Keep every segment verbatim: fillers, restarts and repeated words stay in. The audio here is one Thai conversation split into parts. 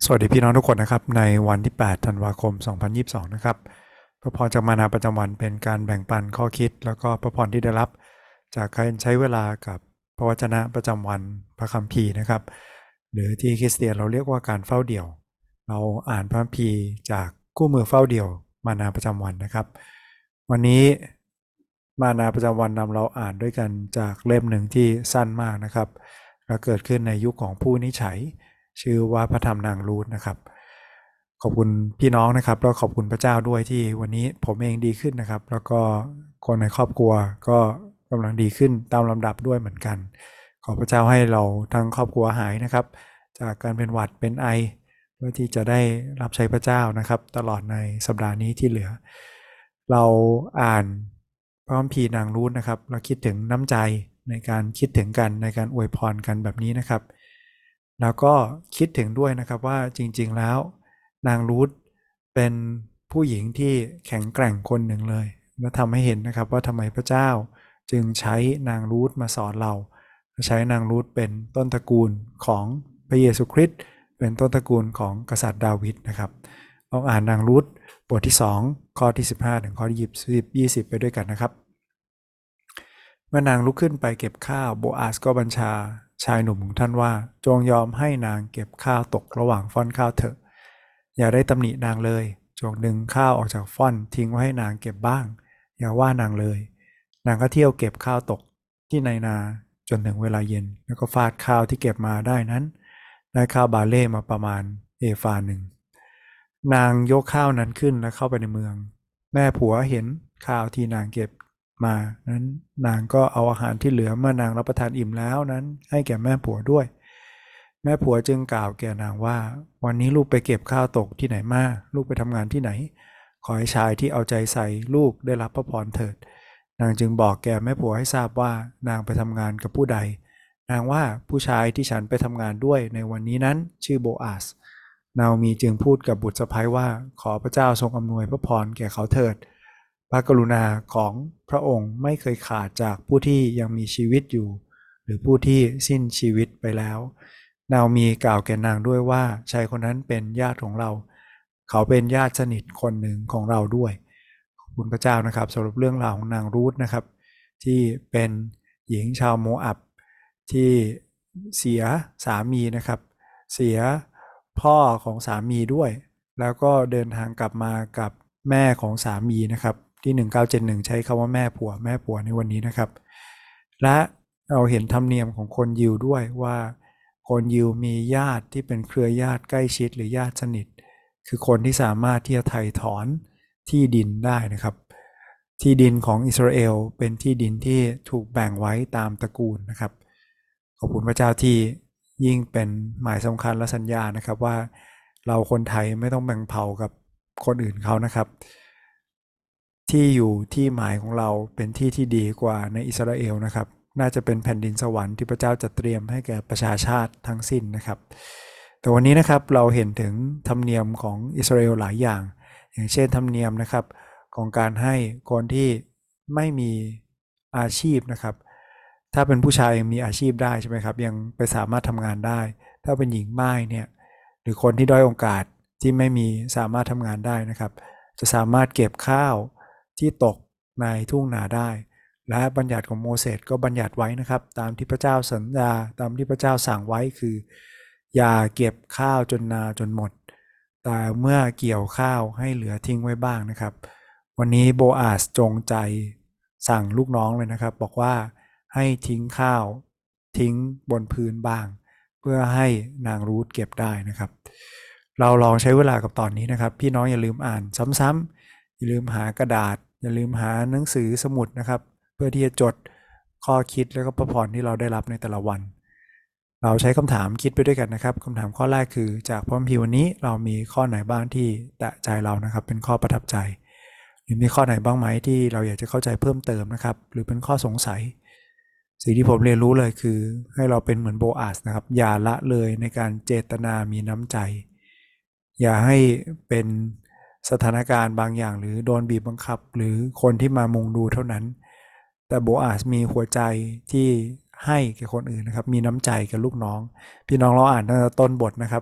สวัสดีพี่น้องทุกคนนะครับในวันที่แปดธันวาคมสองพันยี่สิบสองนะครับพระพรจากมานาประจำวันเป็นการแบ่งปันข้อคิดแล้วก็พระพรที่ได้รับจากการใช้เวลากับพระวจนะประจำวันพระคัมภีร์นะครับหรือที่คริสเตียนเราเรียกว่าการเฝ้าเดี่ยวเราอ่านพระคัมภีร์จากคู่มือเฝ้าเดี่ยวมานาประจำวันนะครับวันนี้มานาประจำวันนำเราอ่านด้วยกันจากเล่มหนึ่งที่สั้นมากนะครับและเกิดขึ้นในยุคของผู้นิฉัยชื่อว่าพระธรรมนางรูธนะครับขอบคุณพี่น้องนะครับแล้วขอบคุณพระเจ้าด้วยที่วันนี้ผมเองดีขึ้นนะครับแล้วก็คนในครอบครัวก็กำลังดีขึ้นตามลำดับด้วยเหมือนกันขอพระเจ้าให้เราทั้งครอบครัวหายนะครับจากการเป็นหวัดเป็นไอเพื่อที่จะได้รับใช้พระเจ้านะครับตลอดในสัปดาห์นี้ที่เหลือเราอ่านพระคัมภีร์นางรูธนะครับเราคิดถึงน้ำใจในการคิดถึงกันในการอวยพรกันแบบนี้นะครับแล้วก็คิดถึงด้วยนะครับว่าจริงๆแล้วนางรูธเป็นผู้หญิงที่แข็งแกร่งคนหนึ่งเลยและทำให้เห็นนะครับว่าทำไมพระเจ้าจึงใช้นางรูธมาสอนเราใช้นางรูธเป็นต้นตระกูลของพระเยซูคริสต์เป็นต้นตระกูลของกษัตริย์ดาวิดนะครับลองอ่านนางรูธบทที่สองข้อที่สิบห้าถึงข้อที่ยี่สิบไปด้วยกันนะครับเมื่อนางลุกขึ้นไปเก็บข้าวโบอาสก็บัญชาชายหนุ่มของท่านว่าจงยอมให้นางเก็บข้าวตกระหว่างฟ่อนข้าวเถอะอย่าได้ตำหนินางเลยจงดึงข้าวออกจากฟ่อนทิ้งไว้ให้นางเก็บบ้างอย่าว่านางเลยนางก็เที่ยวเก็บข้าวตกที่ในนาจนถึงเวลาเย็นแล้วก็ฟาดข้าวที่เก็บมาได้นั้นได้ข้าวบาเล่มาประมาณเอฟาหนึ่งนางยกข้าวนั้นขึ้นและเข้าไปในเมืองแม่ผัวเห็นข้าวที่นางเก็บมานั้นนางก็เอาอาหารที่เหลือเมื่อนางรับประทานอิ่มแล้วนั้นให้แก่แม่ผัวด้วยแม่ผัวจึงกล่าวแก่นางว่าวันนี้ลูกไปเก็บข้าวตกที่ไหนมาลูกไปทำงานที่ไหนขอให้ชายที่เอาใจใส่ลูกได้รับพระพรเถิดนางจึงบอกแก่แม่ผัวให้ทราบว่านางไปทำงานกับผู้ใดนางว่าผู้ชายที่ฉันไปทำงานด้วยในวันนี้นั้นชื่อโบอาสนาโอมีจึงพูดกับบุตรสะใภ้ว่าขอพระเจ้าทรงอำนวยพระพรแก่เขาเถิดพระกรุณาของพระองค์ไม่เคยขาดจากผู้ที่ยังมีชีวิตอยู่หรือผู้ที่สิ้นชีวิตไปแล้วนาโอมีกล่าวแก่นางด้วยว่าชายคนนั้นเป็นญาติของเราเขาเป็นญาติสนิทคนหนึ่งของเราด้วยขอบคุณพระเจ้านะครับสำหรับเรื่องราวของนางรูธนะครับที่เป็นหญิงชาวโมอับที่เสียสามีนะครับเสียพ่อของสามีด้วยแล้วก็เดินทางกลับมากับแม่ของสามีนะครับที่หนึ่งเก้าเจ็ดหนึ่งใช้คำว่าแม่ผัวแม่ผัวในวันนี้นะครับและเราเห็นธรรมเนียมของคนยิวด้วยว่าคนยิวมีญาติที่เป็นเครือญาติใกล้ชิดหรือญาติสนิทคือคนที่สามารถที่จะไถ่ถอนที่ดินได้นะครับที่ดินของอิสราเอลเป็นที่ดินที่ถูกแบ่งไว้ตามตระกูลนะครับขอบคุณพระเจ้าที่ยิ่งเป็นหมายสำคัญและสัญญานะครับว่าเราคนไทยไม่ต้องแบ่งเผ่ากับคนอื่นเขานะครับที่อยู่ที่หมายของเราเป็นที่ที่ดีกว่าในอิสราเอลนะครับน่าจะเป็นแผ่นดินสวรรค์ที่พระเจ้าจะเตรียมให้แก่ประชาชาติทั้งสิ้นนะครับแต่วันนี้นะครับเราเห็นถึงธรรมเนียมของอิสราเอลหลายอย่างอย่างเช่นธรรมเนียมนะครับของการให้คนที่ไม่มีอาชีพนะครับถ้าเป็นผู้ชายยังมีอาชีพได้ใช่ไหมครับยังไปสามารถทำงานได้ถ้าเป็นหญิงม่ายเนี่ยหรือคนที่ด้อยโอกาสที่ไม่มีสามารถทำงานได้นะครับจะสามารถเก็บข้าวที่ตกในทุ่งนาได้และบัญญัติของโมเสสก็บัญญัติไว้นะครับตามที่พระเจ้าสัญญาตามที่พระเจ้าสั่งไว้คืออย่าเก็บข้าวจนนาจนหมดแต่เมื่อเกี่ยวข้าวให้เหลือทิ้งไว้บ้างนะครับวันนี้โบอาสจงใจสั่งลูกน้องเลยนะครับบอกว่าให้ทิ้งข้าวทิ้งบนพื้นบ้างเพื่อให้นางรูธเก็บได้นะครับเราลองใช้เวลากับตอนนี้นะครับพี่น้องอย่าลืมอ่านซ้ำๆอย่าลืมหากระดาษอย่าลืมหาหนังสือสมุดนะครับเพื่อที่จะจดข้อคิดแล้วก็พระพรที่เราได้รับในแต่ละวันเราใช้คำถามคิดไปด้วยกันนะครับคำถามข้อแรกคือจากพระคัมภีร์วันนี้เรามีข้อไหนบ้างที่แตะใจเรานะครับเป็นข้อประทับใจหรือมีข้อไหนบ้างไหมที่เราอยากจะเข้าใจเพิ่มเติมนะครับหรือเป็นข้อสงสัยสิ่งที่ผมเรียนรู้เลยคือให้เราเป็นเหมือนโบอาสนะครับอย่าละเลยในการเจตนามีน้ำใจอย่าให้เป็นสถานการณ์บางอย่างหรือโดนบีบบังคับหรือคนที่มามุงดูเท่านั้นแต่โบอาสมีหัวใจที่ให้แก่คนอื่นนะครับมีน้ำใจกับลูกน้องพี่น้องเราอ่านตั้งแต่ต้นบทนะครับ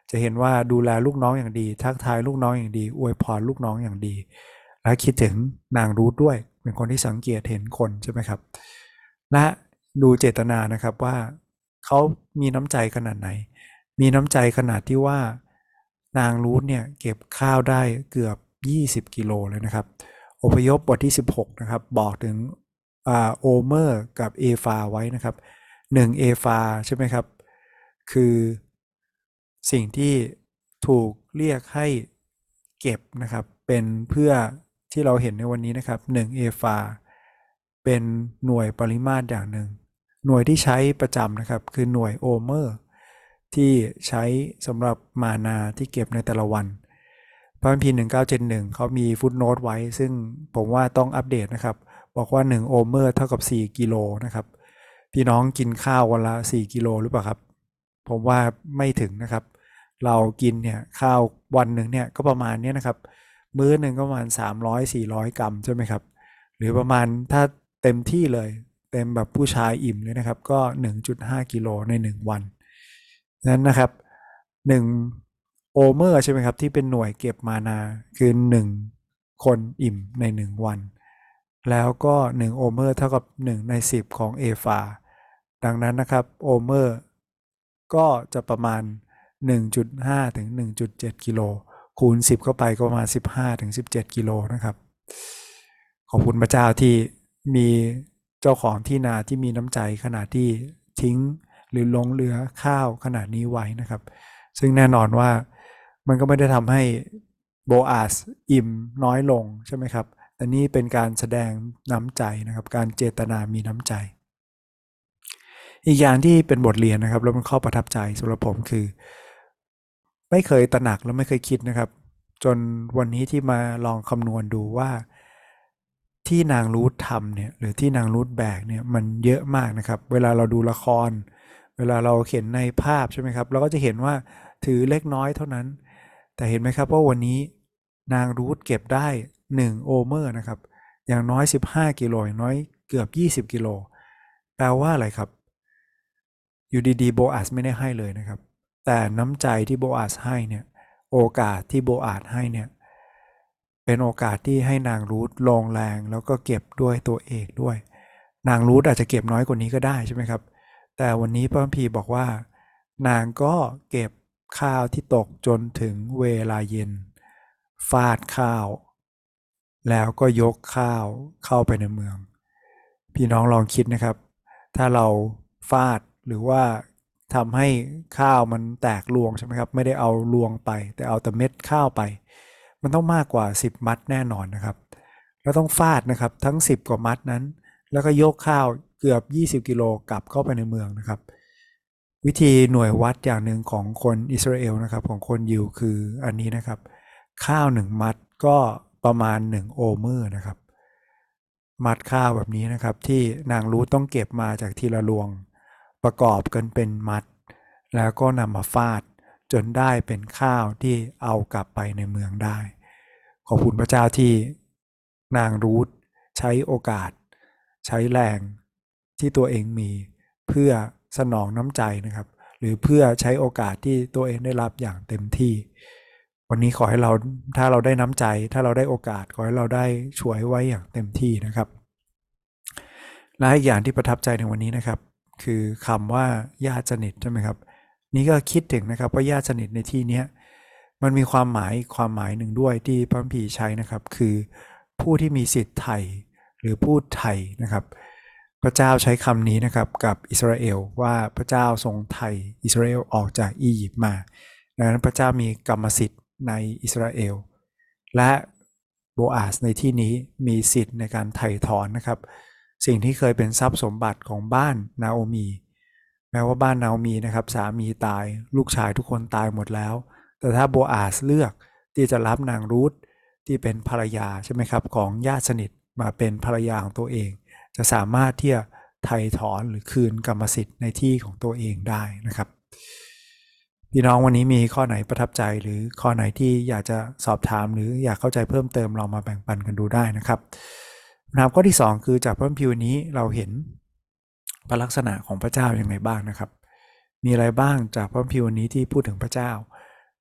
จะเห็นว่าดูแลลูกน้องอย่างดีทักทายลูกน้องอย่างดีอวยพรลูกน้องอย่างดีและคิดถึงนางรูธด้วยเป็นคนที่สังเกตเห็นคนใช่ไหมครับและดูเจตนานะครับว่าเขามีน้ำใจขนาดไหนมีน้ำใจขนาดที่ว่านางรูธเนี่ยเก็บข้าวได้เกือบยี่สิบกิโลเลยนะครับอพยพบทที่สิบหกนะครับบอกถึงโอเมอร์กับเอฟาไว้นะครับหนึ่งเอฟาใช่ไหมครับคือสิ่งที่ถูกเรียกให้เก็บนะครับเป็นเพื่อที่เราเห็นในวันนี้นะครับหนึ่งเอฟาเป็นหน่วยปริมาตรอย่างหนึ่งหน่วยที่ใช้ประจำนะครับคือหน่วยโอเมอร์ที่ใช้สำหรับมานาที่เก็บในแต่ละวันพระคัมภีร์หนึ่งเก้าเจ็ดหนึ่งเขามีฟุตโนตไว้ซึ่งผมว่าต้องอัปเดตนะครับบอกว่าหนึ่งโอเมอร์เท่ากับสี่กิโลนะครับพี่น้องกินข้าววันละสี่กิโลหรือเปล่าครับผมว่าไม่ถึงนะครับเรากินเนี่ยข้าววันหนึ่งเนี่ยก็ประมาณนี้นะครับมื้อหนึ่งก็ประมาณสามร้อย สี่ร้อยกรัมใช่ไหมครับหรือประมาณถ้าเต็มที่เลยเต็มแบบผู้ชายอิ่มเลยนะครับก็ หนึ่งจุดห้ากิโลในหนึ่งวันนั้นนะครับหนึ่งโอเมอร์ใช่ไหมครับที่เป็นหน่วยเก็บมานาคือหนึ่งคนอิ่มในหนึ่งวันแล้วก็หนึ่งโอเมอร์เท่ากับหนึ่งในสิบของเอฟาดังนั้นนะครับโอเมอร์ก็จะประมาณ หนึ่งจุดห้า ถึง หนึ่งจุดเจ็ด กิโลคูณสิบเข้าไปก็ประมาณ สิบห้า ถึง สิบเจ็ด กิโลนะครับขอบคุณพระเจ้าที่มีเจ้าของที่นาที่มีน้ำใจขนาดที่ทิ้งหรือลงเหลือข้าวขนาดนี้ไว้นะครับซึ่งแน่นอนว่ามันก็ไม่ได้ทำให้โบอาสอิ่มน้อยลงใช่ไหมครับแต่นี่เป็นการแสดงน้ำใจนะครับการเจตนามีน้ำใจอีกอย่างที่เป็นบทเรียนนะครับแล้วมันข้อประทับใจสำหรับผมคือไม่เคยตระหนักและไม่เคยคิดนะครับจนวันนี้ที่มาลองคำนวณดูว่าที่นางรูธทำเนี่ยหรือที่นางรูธแบกเนี่ยมันเยอะมากนะครับเวลาเราดูละครเวลาเราเห็นในภาพใช่ไหมครับเราก็จะเห็นว่าถือเล็กน้อยเท่านั้นแต่เห็นไหมครับว่าวันนี้นางรูธเก็บได้หนึ่งโอเมอร์นะครับอย่างน้อยสิบห้ากิโลอย่างน้อยเกือบยี่สิบกิโลแปลว่าอะไรครับอยู่ดีๆโบอาสไม่ได้ให้เลยนะครับแต่น้ำใจที่โบอาสให้เนี่ยโอกาสที่โบอาสให้เนี่ยเป็นโอกาสที่ให้นางรูธลงแรงแล้วก็เก็บด้วยตัวเองด้วยนางรูธอาจจะเก็บน้อยกว่านี้ก็ได้ใช่ไหมครับแต่วันนี้พระคัมภีร์บอกว่านางก็เก็บข้าวที่ตกจนถึงเวลาเย็นฟาดข้าวแล้วก็ยกข้าวเข้าไปในเมืองพี่น้องลองคิดนะครับถ้าเราฟาดหรือว่าทำให้ข้าวมันแตกรวงใช่ไหมครับไม่ได้เอารวงไปแต่เอาแต่เม็ดข้าวไปมันต้องมากกว่าสิบมัดแน่นอนนะครับแล้วต้องฟาดนะครับทั้งสิบกว่ามัดนั้นแล้วก็ยกข้าวเกือบยี่สิบกิโลกลับเข้าไปในเมืองนะครับวิธีหน่วยวัดอย่างหนึ่งของคนอิสราเอลนะครับของคนยิวคืออันนี้นะครับข้าวหนึ่งมัดก็ประมาณหนึ่งโอเมอร์นะครับมัดข้าวแบบนี้นะครับที่นางรูธต้องเก็บมาจากทีละรวงประกอบกันเป็นมัดแล้วก็นำมาฟาดจนได้เป็นข้าวที่เอากลับไปในเมืองได้ขอบคุณพระเจ้าที่นางรูธใช้โอกาสใช้แรงที่ตัวเองมีเพื่อสนองน้ำใจนะครับหรือเพื่อใช้โอกาสที่ตัวเองได้รับอย่างเต็มที่วันนี้ขอให้เราถ้าเราได้น้ำใจถ้าเราได้โอกาสขอให้เราได้ช่วยไว้อย่างเต็มที่นะครับและอีกอย่างที่ประทับใจในวันนี้นะครับคือคำว่าญาติสนิทใช่ไหมครับนี่ก็คิดถึงนะครับว่าญาติสนิทในที่นี้มันมีความหมายความหมายหนึ่งด้วยที่พระคัมภีร์ใช้นะครับคือผู้ที่มีสิทธิ์ไถ่หรือพูดไถ่นะครับพระเจ้าใช้คำนี้นะครับกับอิสราเอลว่าพระเจ้าทรงไถ่อิสราเอลออกจากอียิปต์มาดังนั้นพระเจ้ามีกรรมสิทธิ์ในอิสราเอลและโบอาสในที่นี้มีสิทธิ์ในการไถ่ถอนนะครับสิ่งที่เคยเป็นทรัพย์สมบัติของบ้านนาโอมีแม้ว่าบ้านนาโอมีนะครับสามีตายลูกชายทุกคนตายหมดแล้วแต่ถ้าโบอาสเลือกที่จะรับนางรูธที่เป็นภรรยาใช่ไหมครับของญาติสนิทมาเป็นภรรยาของตัวเองจะสามารถที่จะไถ่ถอนหรือคืนกรรมสิทธิ์ในที่ของตัวเองได้นะครับพี่น้องวันนี้มีข้อไหนประทับใจหรือข้อไหนที่อยากจะสอบถามหรืออยากเข้าใจเพิ่มเติมเรามาแบ่งปันกันดูได้นะครับคำถามข้อที่สองคือจากพระคัมภีร์นี้เราเห็นพระลักษณะของพระเจ้าอย่างไรบ้างนะครับมีอะไรบ้างจากพระคัมภีร์นี้ที่พูดถึงพระเจ้า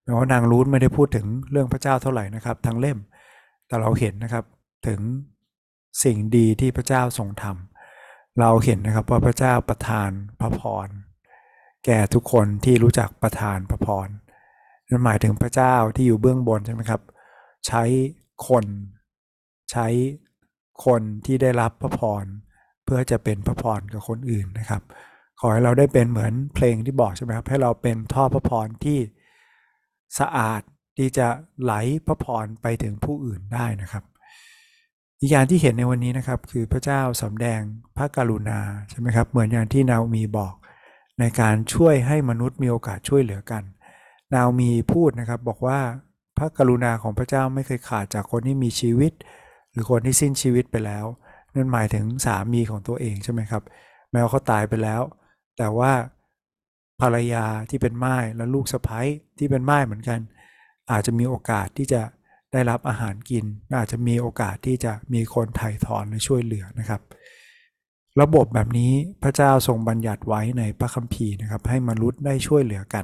ว่านางรูธไม่ได้พูดถึงเรื่องพระเจ้าเท่าไหร่นะครับทั้งเล่มแต่เราเห็นนะครับถึงสิ่งดีที่พระเจ้าทรงทำเราเห็นนะครับว่าพระเจ้าประทานพระพรแก่ทุกคนที่รู้จักประทานพระพรนั่นหมายถึงพระเจ้าที่อยู่เบื้องบนใช่ไหมครับใช้คนใช้คนที่ได้รับพระพรเพื่อจะเป็นพระพรกับคนอื่นนะครับขอให้เราได้เป็นเหมือนเพลงที่บอกใช่ไหมครับให้เราเป็นท่อพระพรที่สะอาดที่จะไหลพระพรไปถึงผู้อื่นได้นะครับอีกอย่างที่เห็นในวันนี้นะครับคือพระเจ้าสำแดงพระกรุณาใช่ไหมครับเหมือนอย่างที่นาโอมีบอกในการช่วยให้มนุษย์มีโอกาสช่วยเหลือกันนาโอมีพูดนะครับบอกว่าพระกรุณาของพระเจ้าไม่เคยขาดจากคนที่มีชีวิตหรือคนที่สิ้นชีวิตไปแล้วนั่นหมายถึงสามีของตัวเองใช่ไหมครับแม้ว่าเขาตายไปแล้วแต่ว่าภรรยาที่เป็นม่ายและลูกสะใภ้ที่เป็นม่ายเหมือนกันอาจจะมีโอกาสที่จะได้รับอาหารกินอาจจะมีโอกาสที่จะมีคนไถ่ถอนและช่วยเหลือนะครับระบบแบบนี้พระเจ้าทรงบัญญัติไว้ในพระคัมภีร์นะครับให้มนุษย์ได้ช่วยเหลือกัน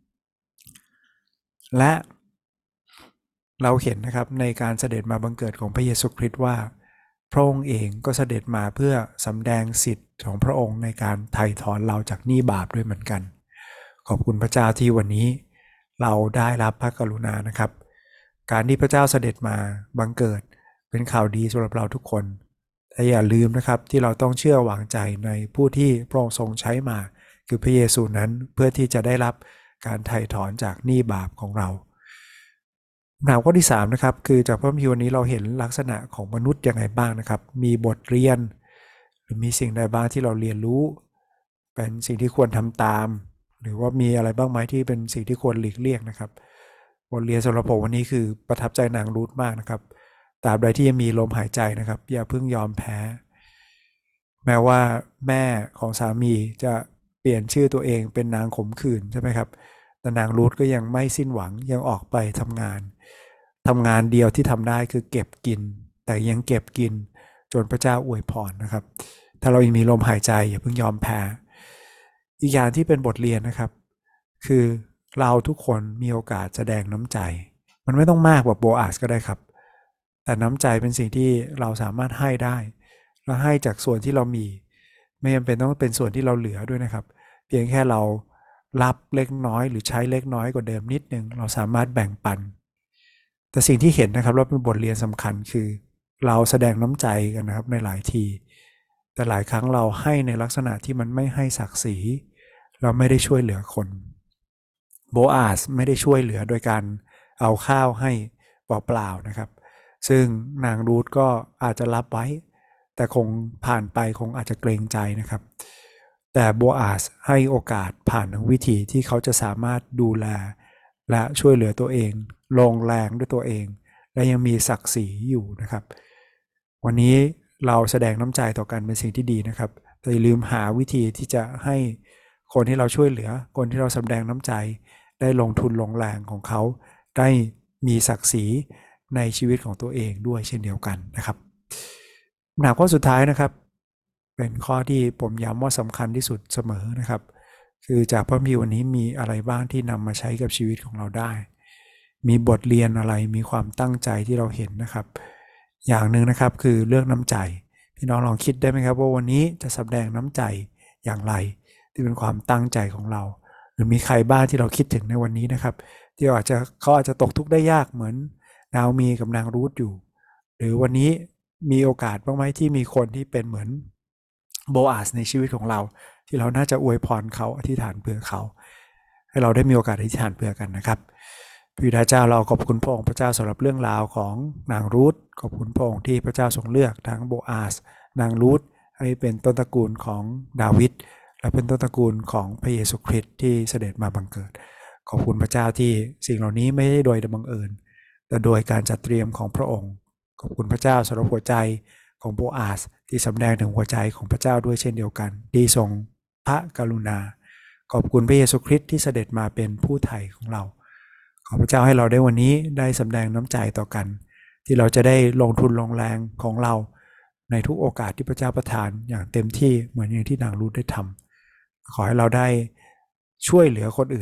และเราเห็นนะครับในการเสด็จมาบังเกิดของพระเยซูคริสต์ว่าพระองค์เองก็เสด็จมาเพื่อสำแดงสิทธิ์ของพระองค์ในการไถ่ถอนเราจากหนี้บาปด้วยเหมือนกันขอบคุณพระเจ้าที่วันนี้เราได้รับพระกรุณานะครับการที่พระเจ้าเสด็จมาบังเกิดเป็นข่าวดีสำหรับเราทุกคนแต่อย่าลืมนะครับที่เราต้องเชื่อวางใจในผู้ที่พระองค์ทรงใช้มาคือพระเยซูนั้นเพื่อที่จะได้รับการไถ่ถอนจากหนี้บาปของเราหนาวข้อที่สามนะครับคือจากพระคัมภีร์วันนี้เราเห็นลักษณะของมนุษย์ยังไงบ้างนะครับมีบทเรียนหรือมีสิ่งใดบ้างที่เราเรียนรู้เป็นสิ่งที่ควรทำตามหรือว่ามีอะไรบ้างไหมที่เป็นสิ่งที่ควรหลีกเลี่ยงนะครับบทเรียนสำหรับผมวันนี้คือประทับใจนางรูธมากนะครับตราบใดที่ยังมีลมหายใจนะครับอย่าเพิ่งยอมแพ้แม้ว่าแม่ของสามีจะเปลี่ยนชื่อตัวเองเป็นนางขมขื่นใช่ไหมครับแต่นางรูธก็ยังไม่สิ้นหวังยังออกไปทำงานทำงานเดียวที่ทำได้คือเก็บกินแต่ยังเก็บกินจนพระเจ้าอวยพรนะครับถ้าเรายังมีลมหายใจอย่าเพิ่งยอมแพ้อีกอย่างที่เป็นบทเรียนนะครับคือเราทุกคนมีโอกาสแสดงน้ำใจมันไม่ต้องมากแบบโบอาสก็ได้ครับแต่น้ำใจเป็นสิ่งที่เราสามารถให้ได้เราให้จากส่วนที่เรามีไม่จำเป็นต้องเป็นส่วนที่เราเหลือด้วยนะครับเพียงแค่เรารับเล็กน้อยหรือใช้เล็กน้อยกว่าเดิมนิดนึงเราสามารถแบ่งปันแต่สิ่งที่เห็นนะครับว่าเป็นบทเรียนสำคัญคือเราแสดงน้ำใจกันนะครับในหลายทีแต่หลายครั้งเราให้ในลักษณะที่มันไม่ให้ศักดิ์ศรีเราไม่ได้ช่วยเหลือคนโบอาสไม่ได้ช่วยเหลือโดยการเอาข้าวให้เปล่าๆนะครับซึ่งนางรูธก็อาจจะรับไว้แต่คงผ่านไปคงอาจจะเกรงใจนะครับแต่โบอาสให้โอกาสผ่านวิธีที่เขาจะสามารถดูแลและช่วยเหลือตัวเองลงแรงด้วยตัวเองและยังมีศักดิ์ศรีอยู่นะครับวันนี้เราแสดงน้ำใจต่อกันเป็นสิ่งที่ดีนะครับแต่อย่าลืมหาวิธีที่จะให้คนที่เราช่วยเหลือคนที่เราแสดงน้ำใจได้ลงทุนลงแรงของเขาได้มีศักดิ์ศรีในชีวิตของตัวเองด้วยเช่นเดียวกันนะครับหนักข้อสุดท้ายนะครับเป็นข้อที่ผมย้ำว่าสำคัญที่สุดเสมอนะครับคือจากพระคัมภีร์วันนี้มีอะไรบ้างที่นำมาใช้กับชีวิตของเราได้มีบทเรียนอะไรมีความตั้งใจที่เราเห็นนะครับอย่างหนึ่งนะครับคือเรื่องน้ำใจพี่น้องลองคิดได้ไหมครับว่าวันนี้จะแสดงน้ำใจอย่างไรที่เป็นความตั้งใจของเราหรือมีใครบ้างที่เราคิดถึงในวันนี้นะครับที่อาจจะเขาอาจจะตกทุกข์ได้ยากเหมือนนาโอมีกับนางรูธอยู่หรือวันนี้มีโอกาสบ้างไหมที่มีคนที่เป็นเหมือนโบอาสในชีวิตของเราที่เราน่าจะอวยพรเขาอธิษฐานเผื่อเขาให้เราได้มีโอกาสอธิษฐานเผื่อกันนะครับพระบิดาเจ้าเราขอบคุณพระองค์พระเจ้าสำหรับเรื่องราวของนางรูธขอบคุณพระองค์ที่พระเจ้าทรงเลือกทั้งโบอาสนางรูธให้เป็นต้นตระกูลของดาวิดและเป็นต้นตระกูลของพระเยซูคริสต์ที่เสด็จมาบังเกิดขอบคุณพระเจ้าที่สิ่งเหล่านี้ไม่ได้โดยบังเอิญแต่โดยการจัดเตรียมของพระองค์ขอบคุณพระเจ้าสำหรับหัวใจของโบอาสที่สำแดงถึงหัวใจของพระเจ้าด้วยเช่นเดียวกันที่ทรงพระกรุณาขอบคุณพระเยซูคริสต์ที่เสด็จมาเป็นผู้ไถ่ของเราขอพระเจ้าให้เราได้วันนี้ได้สำแดงน้ำใจต่อกันที่เราจะได้ลงทุนลงแรงของเราในทุกโอกาสที่พระเจ้าประทานอย่างเต็มที่เหมือนอย่างที่นางรูธได้ทำขอให้เราได้ช่วยเหลือคนอื่น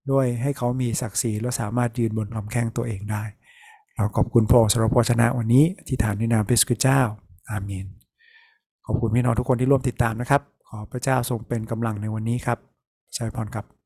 ด้วยให้เขามีศักดิ์ศรีและสามารถยืนบนลำแข้งตัวเองได้เราขอบคุณพระองค์สำหรับพระชนะวันนี้ที่ฐานในนามพระคริสต์เจ้าอาเมนขอบคุณพี่น้องทุกคนที่ร่วมติดตามนะครับขอพระเจ้าทรงเป็นกำลังในวันนี้ครับชัยพรครับ